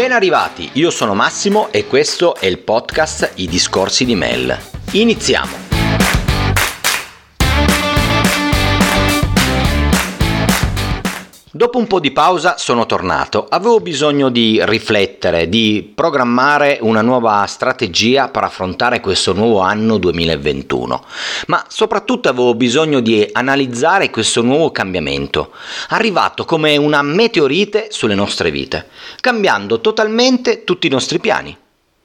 Ben arrivati, io sono Massimo e questo è il podcast I Discorsi di Mel. Iniziamo! Dopo un po' di pausa sono tornato, avevo bisogno di riflettere, di programmare una nuova strategia per affrontare questo nuovo anno 2021, ma soprattutto avevo bisogno di analizzare questo nuovo cambiamento, arrivato come una meteorite sulle nostre vite, cambiando totalmente tutti i nostri piani.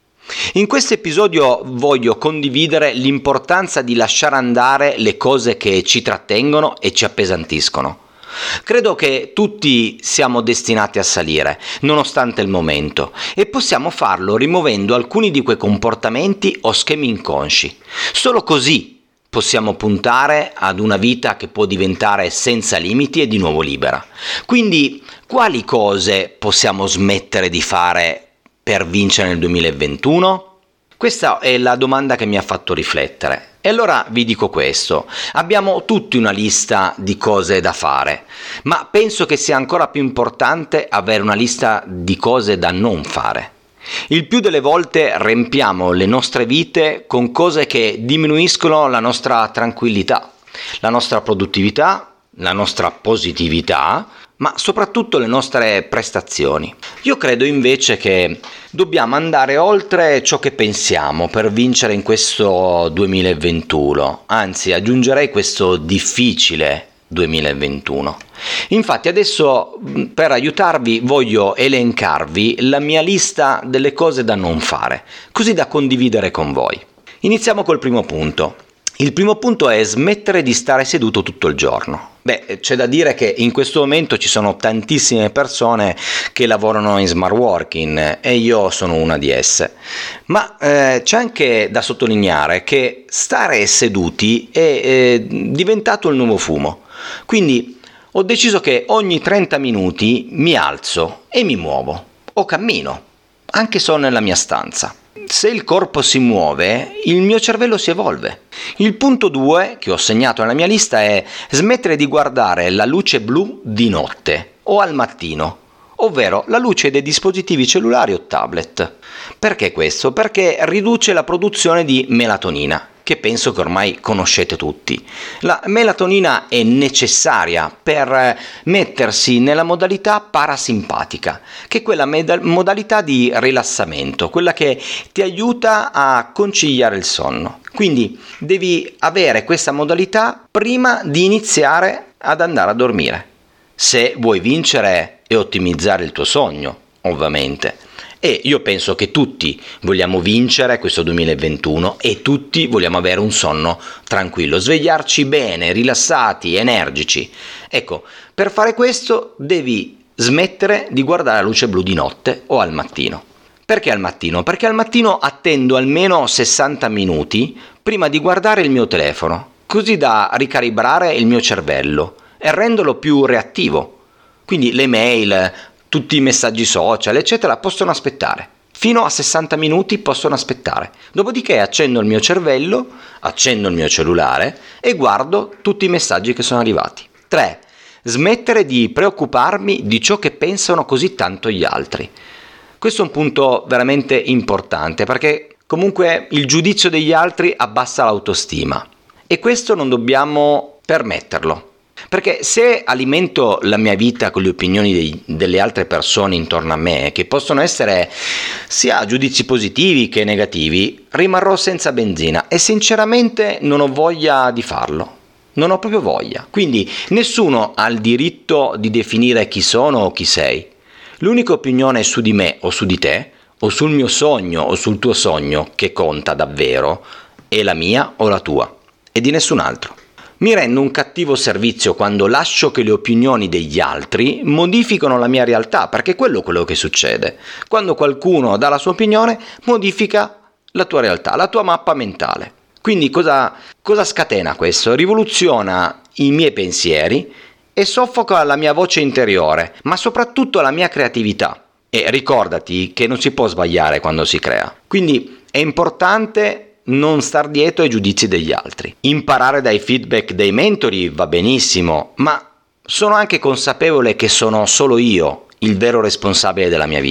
In questo episodio voglio condividere l'importanza di lasciare andare le cose che ci trattengono e ci appesantiscono. Credo che tutti siamo destinati a salire, nonostante il momento, e possiamo farlo rimuovendo alcuni di quei comportamenti o schemi inconsci. Solo così possiamo puntare ad una vita che può diventare senza limiti e di nuovo libera. Quindi, quali cose possiamo smettere di fare per vincere nel 2021? Questa è la domanda che mi ha fatto riflettere. E allora vi dico questo, abbiamo tutti una lista di cose da fare, ma penso che sia ancora più importante avere una lista di cose da non fare. Il più delle volte riempiamo le nostre vite con cose che diminuiscono la nostra tranquillità, la nostra produttività, la nostra positività, ma soprattutto le nostre prestazioni. Io credo invece che dobbiamo andare oltre ciò che pensiamo per vincere in questo 2021, anzi aggiungerei questo difficile 2021. Infatti adesso per aiutarvi voglio elencarvi la mia lista delle cose da non fare, così da condividere con voi. Iniziamo col primo punto. Il primo punto è smettere di stare seduto tutto il giorno. C'è da dire che in questo momento ci sono tantissime persone che lavorano in smart working e io sono una di esse. Ma c'è anche da sottolineare che stare seduti è diventato il nuovo fumo. Quindi ho deciso che ogni 30 minuti mi alzo e mi muovo o cammino, anche solo nella mia stanza. Se il corpo si muove, il mio cervello si evolve. Il punto 2 che ho segnato nella mia lista è smettere di guardare la luce blu di notte o al mattino, ovvero la luce dei dispositivi cellulari o tablet. Perché questo? Perché riduce la produzione di melatonina, che penso che ormai conoscete tutti. La melatonina è necessaria per mettersi nella modalità parasimpatica, che è quella modalità di rilassamento, quella che ti aiuta a conciliare il sonno. Quindi devi avere questa modalità prima di iniziare ad andare a dormire, se vuoi vincere e ottimizzare il tuo sogno, ovviamente. E io penso che tutti vogliamo vincere questo 2021 e tutti vogliamo avere un sonno tranquillo, svegliarci bene, rilassati, energici. Ecco, per fare questo devi smettere di guardare la luce blu di notte o al mattino. Perché al mattino? Perché al mattino attendo almeno 60 minuti prima di guardare il mio telefono, così da ricalibrare il mio cervello e renderlo più reattivo. Quindi le mail, tutti i messaggi social, eccetera, possono aspettare. Fino a 60 minuti possono aspettare. Dopodiché accendo il mio cervello, accendo il mio cellulare e guardo tutti i messaggi che sono arrivati. 3. Smettere di preoccuparmi di ciò che pensano così tanto gli altri. Questo è un punto veramente importante perché comunque il giudizio degli altri abbassa l'autostima e questo non dobbiamo permetterlo. Perché se alimento la mia vita con le opinioni delle altre persone intorno a me, che possono essere sia giudizi positivi che negativi, rimarrò senza benzina e sinceramente non ho voglia di farlo. Non ho proprio voglia. Quindi nessuno ha il diritto di definire chi sono o chi sei. L'unica opinione su di me o su di te, o sul mio sogno o sul tuo sogno che conta davvero, è la mia o la tua, e di nessun altro. Mi rendo un cattivo servizio quando lascio che le opinioni degli altri modificano la mia realtà, perché quello è quello che succede. Quando qualcuno dà la sua opinione, modifica la tua realtà, la tua mappa mentale. Quindi cosa scatena questo? Rivoluziona i miei pensieri e soffoca la mia voce interiore, ma soprattutto la mia creatività. E ricordati che non si può sbagliare quando si crea. Quindi è importante non star dietro ai giudizi degli altri. Imparare dai feedback dei mentori va benissimo, ma sono anche consapevole che sono solo io il vero responsabile della mia vita.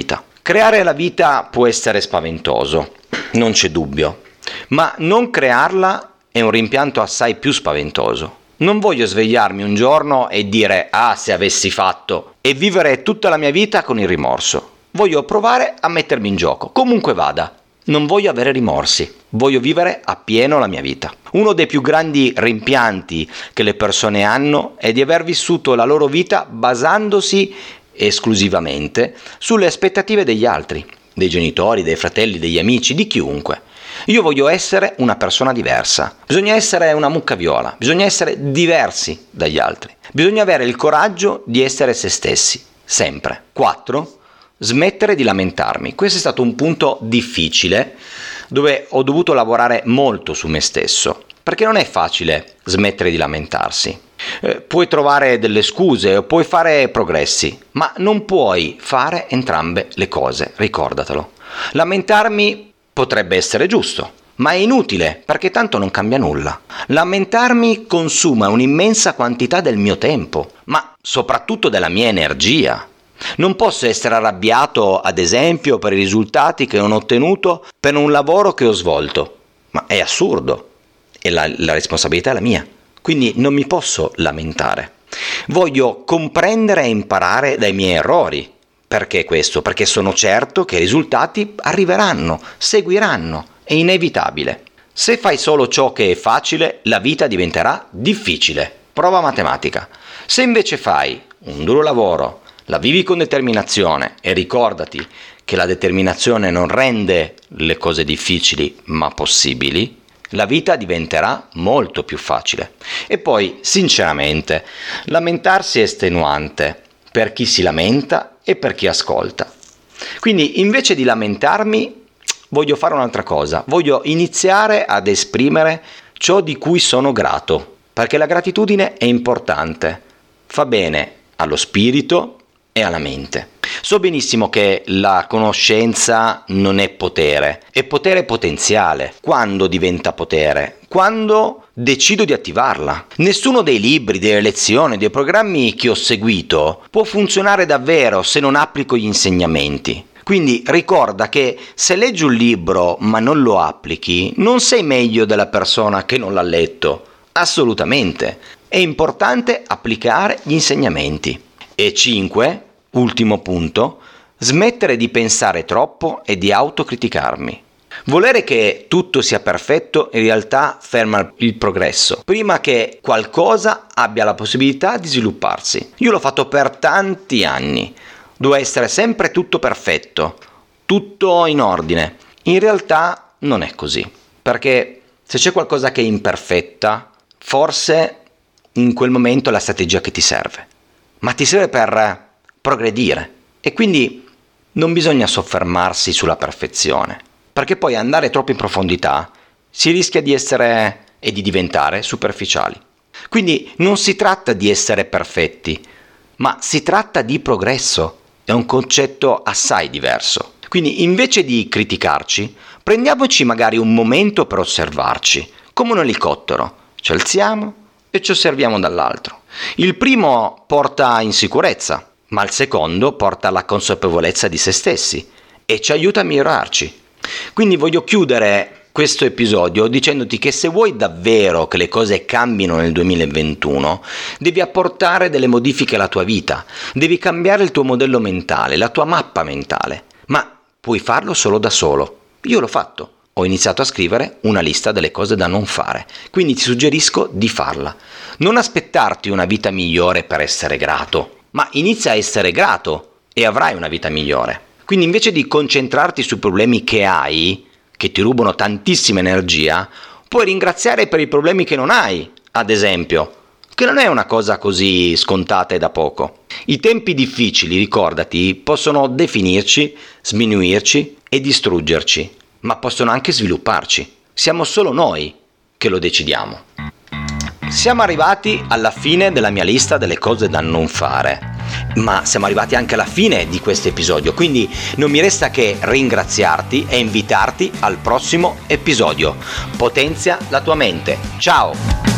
Creare la vita può essere spaventoso, non c'è dubbio, ma non crearla è un rimpianto assai più spaventoso. Non voglio svegliarmi un giorno e dire «ah, se avessi fatto» e vivere tutta la mia vita con il rimorso. Voglio provare a mettermi in gioco, comunque vada. Non voglio avere rimorsi, voglio vivere appieno la mia vita. Uno dei più grandi rimpianti che le persone hanno è di aver vissuto la loro vita basandosi esclusivamente sulle aspettative degli altri, dei genitori, dei fratelli, degli amici, di chiunque. Io voglio essere una persona diversa. Bisogna essere una mucca viola, bisogna essere diversi dagli altri. Bisogna avere il coraggio di essere se stessi, sempre. 4. Smettere di lamentarmi. Questo è stato un punto difficile dove ho dovuto lavorare molto su me stesso, perché non è facile smettere di lamentarsi. Puoi trovare delle scuse o puoi fare progressi, ma non puoi fare entrambe le cose, ricordatelo. Lamentarmi potrebbe essere giusto, ma è inutile perché tanto non cambia nulla. Lamentarmi consuma un'immensa quantità del mio tempo, ma soprattutto della mia energia. Non posso essere arrabbiato, ad esempio, per i risultati che non ho ottenuto per un lavoro che ho svolto. Ma è assurdo. E la responsabilità è la mia. Quindi non mi posso lamentare. Voglio comprendere e imparare dai miei errori. Perché questo? Perché sono certo che i risultati arriveranno, seguiranno. È inevitabile. Se fai solo ciò che è facile, la vita diventerà difficile. Prova matematica. Se invece fai un duro lavoro, la vivi con determinazione e ricordati che la determinazione non rende le cose difficili ma possibili, la vita diventerà molto più facile. E poi, sinceramente, lamentarsi è estenuante per chi si lamenta e per chi ascolta. Quindi, invece di lamentarmi, voglio fare un'altra cosa. Voglio iniziare ad esprimere ciò di cui sono grato, perché la gratitudine è importante. Fa bene allo spirito e alla mente. So benissimo che la conoscenza non è potere, è potere potenziale. Quando diventa potere? Quando decido di attivarla. Nessuno dei libri, delle lezioni, dei programmi che ho seguito può funzionare davvero se non applico gli insegnamenti. Quindi ricorda che se leggi un libro ma non lo applichi, non sei meglio della persona che non l'ha letto. Assolutamente. È importante applicare gli insegnamenti. E 5, ultimo punto, smettere di pensare troppo e di autocriticarmi. Volere che tutto sia perfetto in realtà ferma il progresso, prima che qualcosa abbia la possibilità di svilupparsi. Io l'ho fatto per tanti anni, doveva essere sempre tutto perfetto, tutto in ordine. In realtà non è così, perché se c'è qualcosa che è imperfetta, forse in quel momento è la strategia che ti serve. Ma ti serve per progredire e quindi non bisogna soffermarsi sulla perfezione, perché poi andare troppo in profondità si rischia di essere e di diventare superficiali. Quindi non si tratta di essere perfetti, ma si tratta di progresso. È un concetto assai diverso. Quindi invece di criticarci, prendiamoci magari un momento per osservarci, come un elicottero. Ci alziamo e ci osserviamo dall'altro. Il primo porta in sicurezza, ma il secondo porta alla consapevolezza di se stessi e ci aiuta a migliorarci. Quindi voglio chiudere questo episodio dicendoti che se vuoi davvero che le cose cambino nel 2021, devi apportare delle modifiche alla tua vita, devi cambiare il tuo modello mentale, la tua mappa mentale, ma puoi farlo solo da solo. Io l'ho fatto. Ho iniziato a scrivere una lista delle cose da non fare, quindi ti suggerisco di farla. Non aspettarti una vita migliore per essere grato, ma inizia a essere grato e avrai una vita migliore. Quindi invece di concentrarti sui problemi che hai, che ti rubano tantissima energia, puoi ringraziare per i problemi che non hai, ad esempio, che non è una cosa così scontata e da poco. I tempi difficili, ricordati, possono definirci, sminuirci e distruggerci, ma possono anche svilupparci. Siamo solo noi che lo decidiamo. Siamo arrivati alla fine della mia lista delle cose da non fare, ma siamo arrivati anche alla fine di questo episodio, quindi non mi resta che ringraziarti e invitarti al prossimo episodio. Potenzia la tua mente. Ciao!